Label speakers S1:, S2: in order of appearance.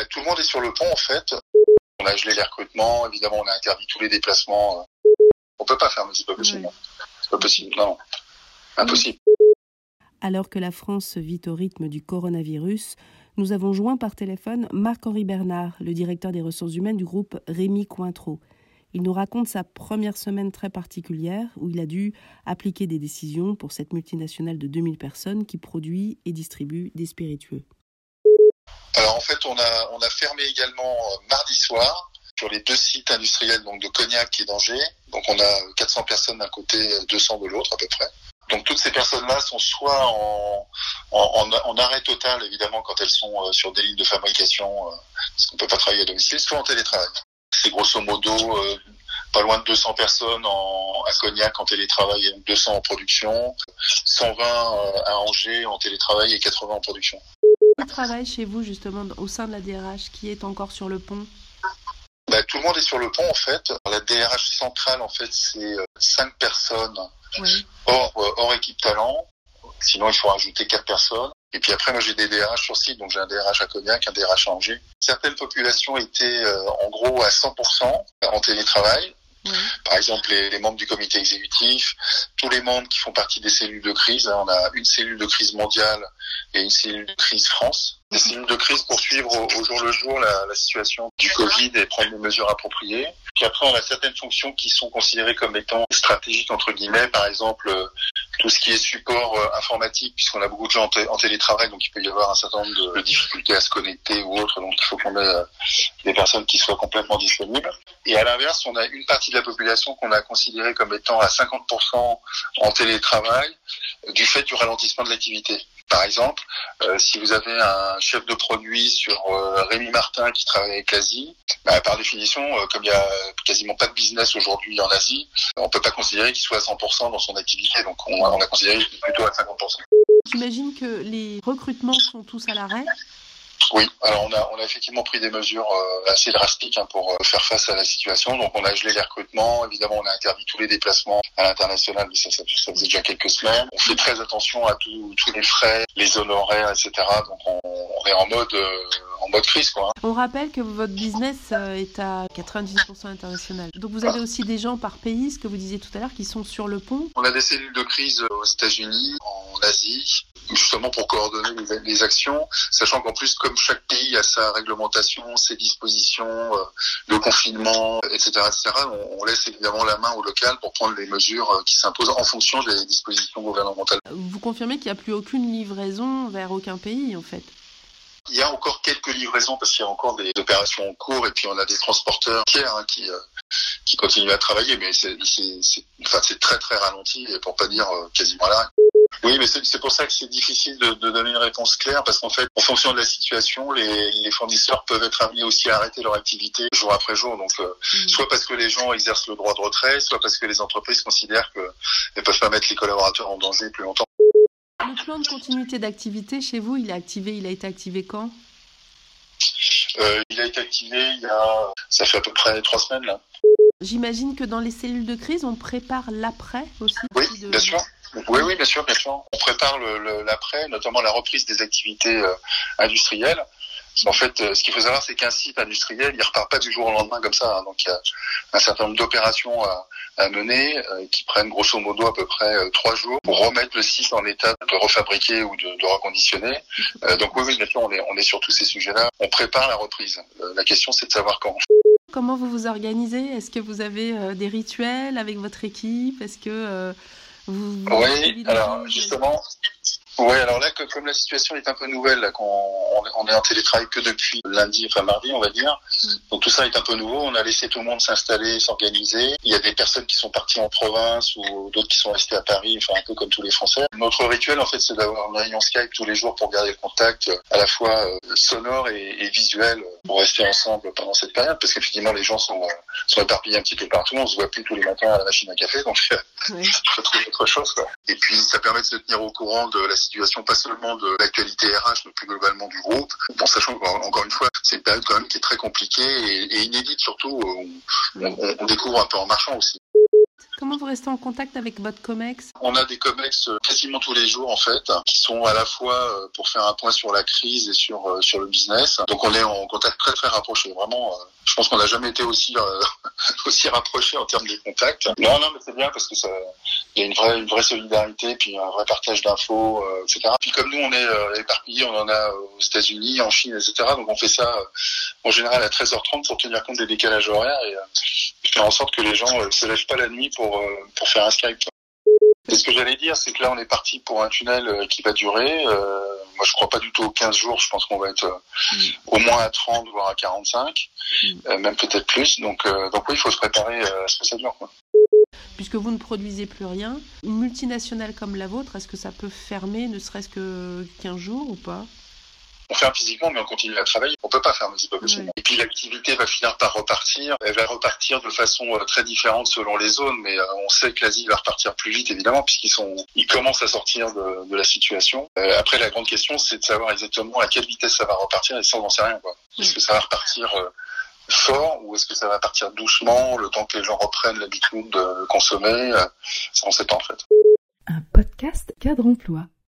S1: Tout le monde est sur le pont en fait. On a gelé les recrutements, évidemment on a interdit tous les déplacements. On peut pas faire, mais c'est pas possible. Ouais. C'est pas possible, non. Impossible.
S2: Alors que la France vit au rythme du coronavirus, nous avons joint par téléphone Marc-Henri Bernard, le directeur des ressources humaines du groupe Rémy Cointreau. Il nous raconte sa première semaine très particulière où il a dû appliquer des décisions pour cette multinationale de 2000 personnes qui produit et distribue des spiritueux.
S1: Alors en fait, on a fermé également mardi soir sur les 2 sites industriels donc de Cognac et d'Angers. Donc on a 400 personnes d'un côté, 200 de l'autre à peu près. Donc toutes ces personnes-là sont soit en arrêt total évidemment quand elles sont sur des lignes de fabrication, parce qu'on peut pas travailler à domicile, soit en télétravail. C'est grosso modo pas loin de 200 personnes à Cognac en télétravail et 200 en production, 120 à Angers en télétravail et 80 en production.
S2: Qui travaille chez vous justement au sein de la DRH, qui est encore sur le pont?
S1: Tout le monde est sur le pont en fait. La DRH centrale en fait c'est 5 personnes hors équipe talent. Sinon il faut rajouter 4 personnes. Et puis après moi j'ai des DRH sur site, donc j'ai un DRH à Cognac, un DRH à Angers. Certaines populations étaient en gros à 100% en télétravail. Par exemple, les membres du comité exécutif, tous les membres qui font partie des cellules de crise. On a une cellule de crise mondiale et une cellule de crise France. Des cellules de crise pour suivre au jour le jour la situation du Covid et prendre les mesures appropriées. Puis après, on a certaines fonctions qui sont considérées comme étant stratégiques, entre guillemets. Par exemple, tout ce qui est support informatique, puisqu'on a beaucoup de gens en télétravail, donc il peut y avoir un certain nombre de difficultés à se connecter ou autre. Donc il faut qu'on ait des personnes qui soient complètement disponibles. Et à l'inverse, on a une partie de la population qu'on a considérée comme étant à 50% en télétravail du fait du ralentissement de l'activité. Par exemple, si vous avez un chef de produit sur Rémy Martin qui travaille avec l'Asie, par définition, comme il y a quasiment pas de business aujourd'hui en Asie, on peut pas considérer qu'il soit à 100% dans son activité. Donc on a considéré qu'il était plutôt à 50%.
S2: J'imagine que les recrutements sont tous à l'arrêt.
S1: Oui, alors on a effectivement pris des mesures assez drastiques pour faire face à la situation. Donc on a gelé les recrutements, évidemment on a interdit tous les déplacements à l'international, mais ça faisait déjà quelques semaines. On fait très attention à tous les frais, les honoraires, etc. Donc on est en mode crise, quoi.
S2: On rappelle que votre business est à 98% international. Donc vous avez aussi des gens par pays, ce que vous disiez tout à l'heure, qui sont sur le pont.
S1: On a des cellules de crise aux États-Unis, en Asie, justement pour coordonner les actions, sachant qu'en plus, comme chaque pays a sa réglementation, ses dispositions, le confinement, etc., on laisse évidemment la main au local pour prendre les mesures qui s'imposent en fonction des dispositions gouvernementales.
S2: Vous confirmez qu'il n'y a plus aucune livraison vers aucun pays, en fait?
S1: Il y a encore quelques livraisons parce qu'il y a encore des opérations en cours et puis on a des transporteurs tiers qui continuent à travailler, mais c'est très très ralenti et pour pas dire quasiment à l'arrêt. Oui, mais c'est pour ça que c'est difficile de donner une réponse claire parce qu'en fait, en fonction de la situation, les fournisseurs peuvent être amenés aussi à arrêter leur activité jour après jour. Donc, soit parce que les gens exercent le droit de retrait, soit parce que les entreprises considèrent qu'elles ne peuvent pas mettre les collaborateurs en danger plus longtemps.
S2: Le plan de continuité d'activité chez vous, il a été activé quand?
S1: Il a été activé ça fait à peu près 3 semaines là.
S2: J'imagine que dans les cellules de crise, on prépare l'après aussi.
S1: Oui, bien sûr. Oui, bien sûr. On prépare l'après, notamment la reprise des activités industrielles. En fait, ce qu'il faut savoir, c'est qu'un site industriel, il repart pas du jour au lendemain comme ça. Donc, il y a un certain nombre d'opérations à mener qui prennent grosso modo à peu près 3 jours pour remettre le site en état de refabriquer ou de reconditionner. Donc oui, bien sûr, on est sur tous ces sujets-là. On prépare la reprise. La question, c'est de savoir quand.
S2: Comment vous vous organisez? Est-ce que vous avez des rituels avec votre équipe? Est-ce que
S1: Oui, alors justement... Oui, alors là, comme la situation est un peu nouvelle, là, on est en télétravail que depuis mardi, on va dire. Donc tout ça est un peu nouveau. On a laissé tout le monde s'installer, s'organiser. Il y a des personnes qui sont parties en province ou d'autres qui sont restées à Paris, un peu comme tous les Français. Notre rituel, en fait, c'est d'avoir une réunion Skype tous les jours pour garder le contact à la fois sonore et visuel pour rester ensemble pendant cette période, parce qu'effectivement, les gens sont éparpillés un petit peu partout. On se voit plus tous les matins à la machine à café, donc il faut trouver autre chose, quoi. Et puis, ça permet de se tenir au courant de la situation, pas seulement de l'actualité RH, mais plus globalement du groupe, en sachant qu'encore une fois, c'est une période quand même qui est très compliquée et inédite surtout, on découvre un peu en marchant aussi.
S2: Comment vous restez en contact avec votre COMEX ?
S1: On a des COMEX quasiment tous les jours en fait, qui sont à la fois pour faire un point sur la crise et sur le business. Donc on est en contact très très rapproché. Vraiment, je pense qu'on n'a jamais été aussi rapproché en termes de contact. Non, mais c'est bien parce que il y a une vraie solidarité, puis un vrai partage d'infos, etc. Puis comme nous on est éparpillés, on en a aux États-Unis, en Chine, etc. Donc on fait ça en général à 13h30 pour tenir compte des décalages horaires et faire en sorte que les gens ne se lèvent pas la nuit pour faire un Skype. Et ce que j'allais dire, c'est que là, on est parti pour un tunnel qui va durer. Moi, je crois pas du tout aux 15 jours. Je pense qu'on va être au moins à 30, voire à 45, même peut-être plus. Donc oui, il faut se préparer à ce que ça dure, quoi.
S2: Puisque vous ne produisez plus rien, une multinationale comme la vôtre, est-ce que ça peut fermer ne serait-ce que 15 jours ou pas ?
S1: On ferme physiquement, mais on continue à travailler. On peut pas fermer, c'est pas possible. Ouais. Et puis l'activité va finir par repartir. Elle va repartir de façon très différente selon les zones, mais on sait que l'Asie va repartir plus vite, évidemment, ils commencent à sortir de la situation. Après, la grande question, c'est de savoir exactement à quelle vitesse ça va repartir, et ça, on n'en sait rien, quoi. Est-ce que ça va repartir fort, ou est-ce que ça va partir doucement, le temps que les gens reprennent l'habitude de consommer? Ça, on sait pas, en fait.
S2: Un podcast Cadre Emploi.